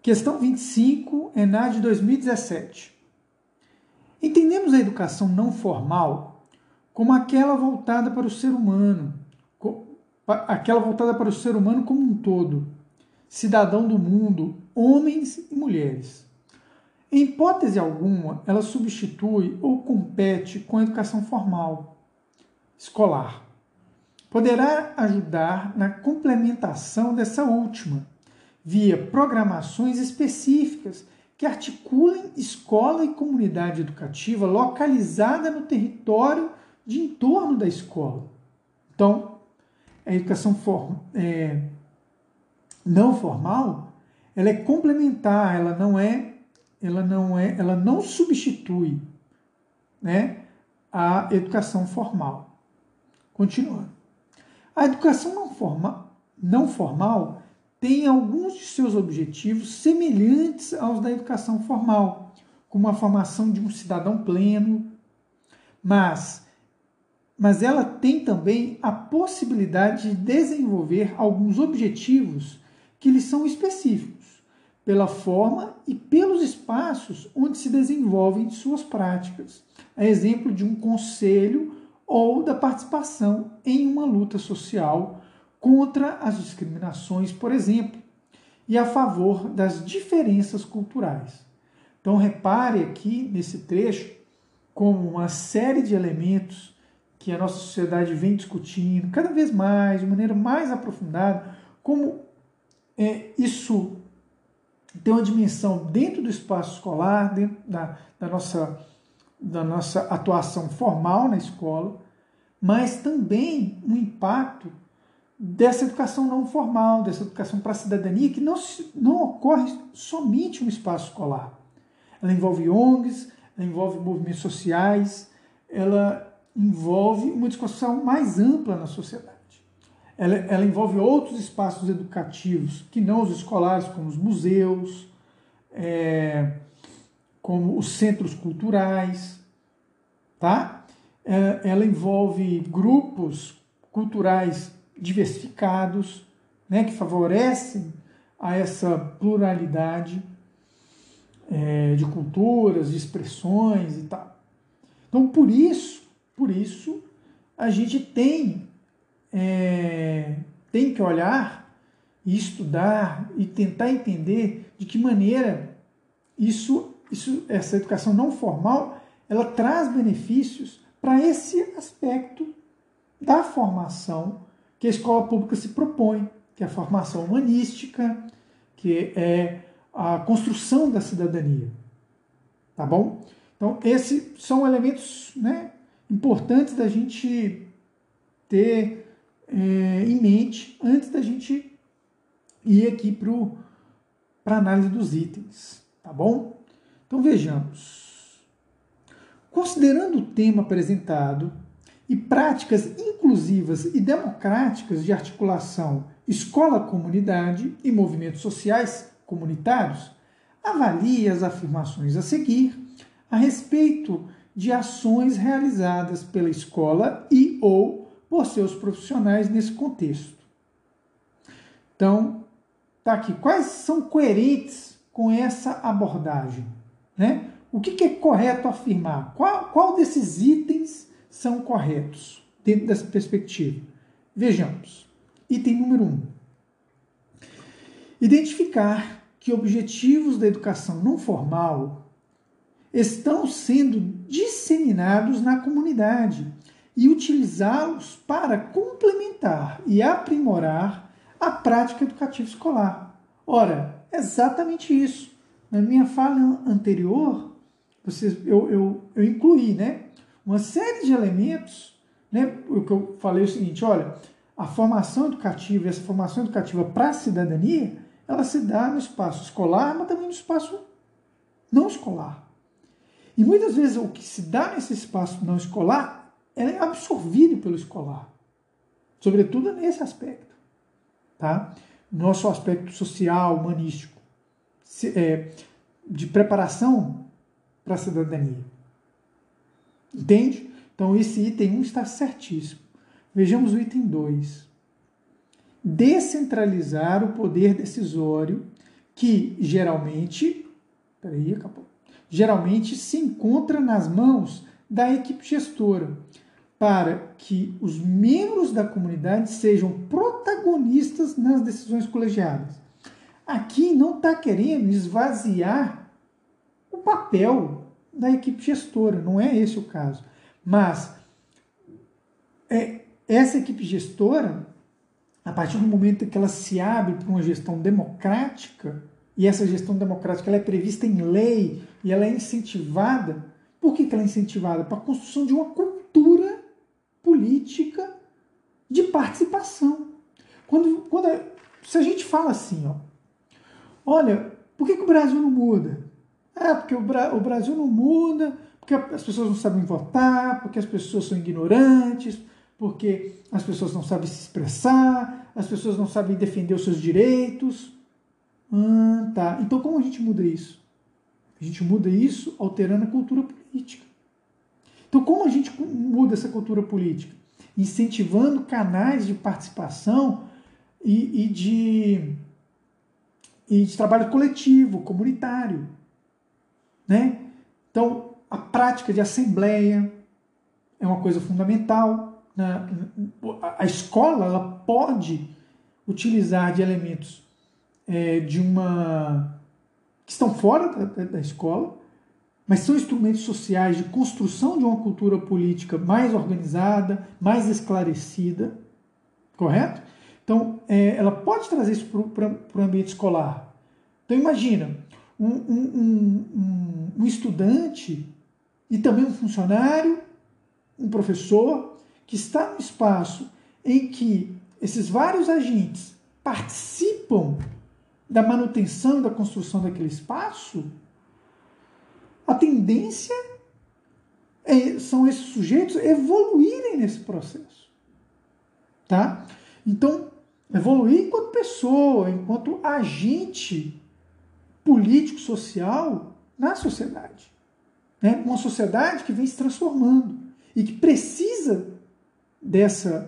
Questão 25, ENAD 2017. Entendemos a educação não formal como aquela voltada para o ser humano, como um todo, cidadão do mundo, homens e mulheres. Em hipótese alguma, ela substitui ou compete com a educação formal, escolar. Poderá ajudar na complementação dessa última, via programações específicas que articulem escola e comunidade educativa localizada no território de entorno da escola. Então, a educação não formal, ela é complementar, ela não substitui, né, a educação formal. Continuando. A educação não formal tem alguns de seus objetivos semelhantes aos da educação formal, como a formação de um cidadão pleno, mas ela tem também a possibilidade de desenvolver alguns objetivos que lhes são específicos, pela forma e pelos espaços onde se desenvolvem suas práticas, a exemplo de um conselho ou da participação em uma luta social contra as discriminações, por exemplo, e a favor das diferenças culturais. Então, repare aqui nesse trecho como uma série de elementos que a nossa sociedade vem discutindo cada vez mais, de maneira mais aprofundada, como isso tem uma dimensão dentro do espaço escolar, dentro da nossa atuação formal na escola, mas também um impacto dessa educação não formal, dessa educação para a cidadania, que não ocorre somente no espaço escolar. Ela envolve ONGs, ela envolve movimentos sociais, ela envolve uma discussão mais ampla na sociedade. Ela envolve outros espaços educativos, que não os escolares, como os museus, como os centros culturais, tá? Ela envolve grupos culturais diversificados, né, que favorecem a essa pluralidade de culturas, de expressões e tal. Então, por isso a gente tem que olhar e estudar e tentar entender de que maneira essa educação não formal, ela traz benefícios para esse aspecto da formação que a escola pública se propõe, que é a formação humanística, que é a construção da cidadania. Tá bom? Então, esses são elementos, né, importantes da gente ter em mente antes da gente ir aqui para a análise dos itens. Tá bom? Então, vejamos. Considerando o tema apresentado e práticas inclusivas e democráticas de articulação escola-comunidade e movimentos sociais comunitários, avalie as afirmações a seguir a respeito de ações realizadas pela escola e ou por seus profissionais nesse contexto. Então, tá aqui. Quais são coerentes com essa abordagem? Né? O que é correto afirmar? Qual desses itens são corretos dentro dessa perspectiva? Vejamos. Item número 1. Identificar que objetivos da educação não formal estão sendo disseminados na comunidade e utilizá-los para complementar e aprimorar a prática educativa escolar. Ora, exatamente isso. Na minha fala anterior, eu incluí, né, uma série de elementos, né, o que eu falei é o seguinte, olha, a formação educativa, essa formação educativa para a cidadania, ela se dá no espaço escolar, mas também no espaço não escolar. E muitas vezes o que se dá nesse espaço não escolar é absorvido pelo escolar, sobretudo nesse aspecto, tá? Nosso aspecto social, humanístico, de preparação para a cidadania. Entende? Então esse item 1 está certíssimo. Vejamos o item 2. Descentralizar o poder decisório que geralmente se encontra nas mãos da equipe gestora, para que os membros da comunidade sejam protagonistas nas decisões colegiadas. Aqui não está querendo esvaziar o papel da equipe gestora, não é esse o caso. Mas essa equipe gestora, a partir do momento que ela se abre para uma gestão democrática, e essa gestão democrática ela é prevista em lei e ela é incentivada, por que ela é incentivada? Para a construção de uma cultura política de participação. Se a gente fala assim, olha, por que o Brasil não muda? Porque o Brasil não muda, porque as pessoas não sabem votar, porque as pessoas são ignorantes, porque as pessoas não sabem se expressar, as pessoas não sabem defender os seus direitos. Tá. Então como a gente muda isso? A gente muda isso alterando a cultura política. Então como a gente muda essa cultura política? Incentivando canais de participação e de trabalho coletivo, comunitário. Né? Então, a prática de assembleia é uma coisa fundamental. A escola ela pode utilizar de elementos que estão fora da escola, mas são instrumentos sociais de construção de uma cultura política mais organizada, mais esclarecida, correto? Então, ela pode trazer isso para o ambiente escolar. Então, imagina, um estudante e também um funcionário, um professor, que está no espaço em que esses vários agentes participam da manutenção e da construção daquele espaço, a tendência são esses sujeitos evoluírem nesse processo. Tá? Então, evoluir enquanto pessoa, enquanto agente político-social na sociedade. Né? Uma sociedade que vem se transformando e que precisa dessa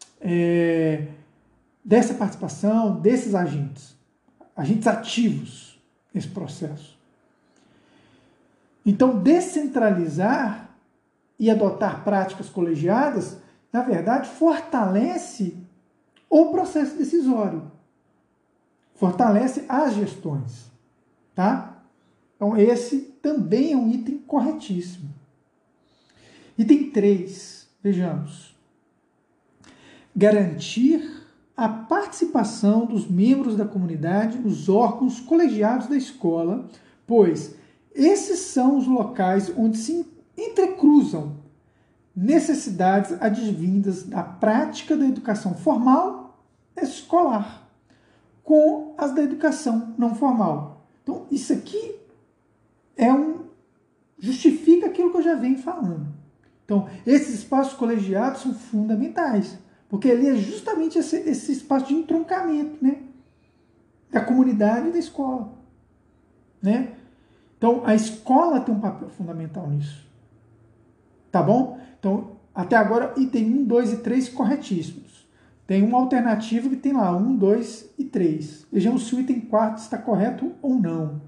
participação desses agentes ativos nesse processo. Então, descentralizar e adotar práticas colegiadas, na verdade, fortalece o processo decisório, fortalece as gestões. Tá? Então, esse também é um item corretíssimo. Item 3, vejamos. Garantir a participação dos membros da comunidade nos órgãos colegiados da escola, pois esses são os locais onde se entrecruzam necessidades advindas da prática da educação formal escolar com as da educação não formal. Então, isso aqui justifica aquilo que eu já venho falando. Então, esses espaços colegiados são fundamentais, porque ali é justamente esse espaço de entroncamento, né, da comunidade e da escola. Né? Então, a escola tem um papel fundamental nisso. Tá bom? Então, até agora, item 1, 2 e 3 corretíssimos. Tem uma alternativa que tem lá 1, 2 e 3. Vejamos se o item 4 está correto ou não.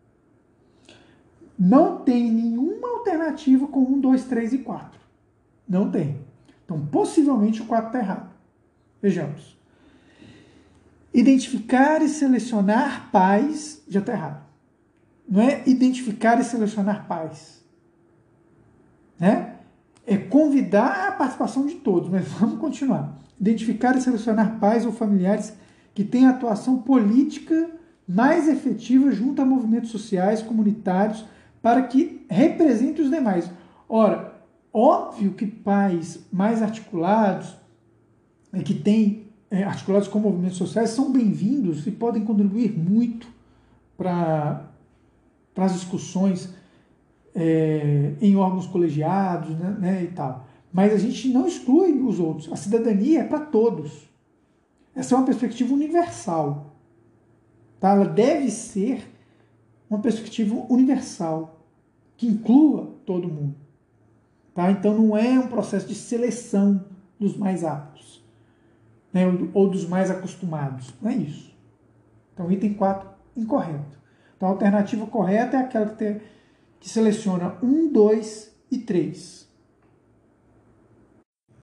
Não tem nenhuma alternativa com 1, 2, 3 e 4. Não tem. Então, possivelmente o 4 está errado. Vejamos. Identificar e selecionar pais já está errado. Não é identificar e selecionar pais. Né? É convidar a participação de todos, mas vamos continuar. Identificar e selecionar pais ou familiares que têm atuação política mais efetiva junto a movimentos sociais, comunitários, para que representem os demais. Ora, óbvio que pais mais articulados, que têm articulados com movimentos sociais, são bem-vindos e podem contribuir muito para as discussões em órgãos colegiados, né, e tal. Mas a gente não exclui os outros. A cidadania é para todos. Essa é uma perspectiva universal. Tá? Ela deve ser uma perspectiva universal, que inclua todo mundo. Tá? Então não é um processo de seleção dos mais aptos, né, ou dos mais acostumados. Não é isso. Então, item 4 incorreto. Então, a alternativa correta é aquela que seleciona 1, 2 e 3.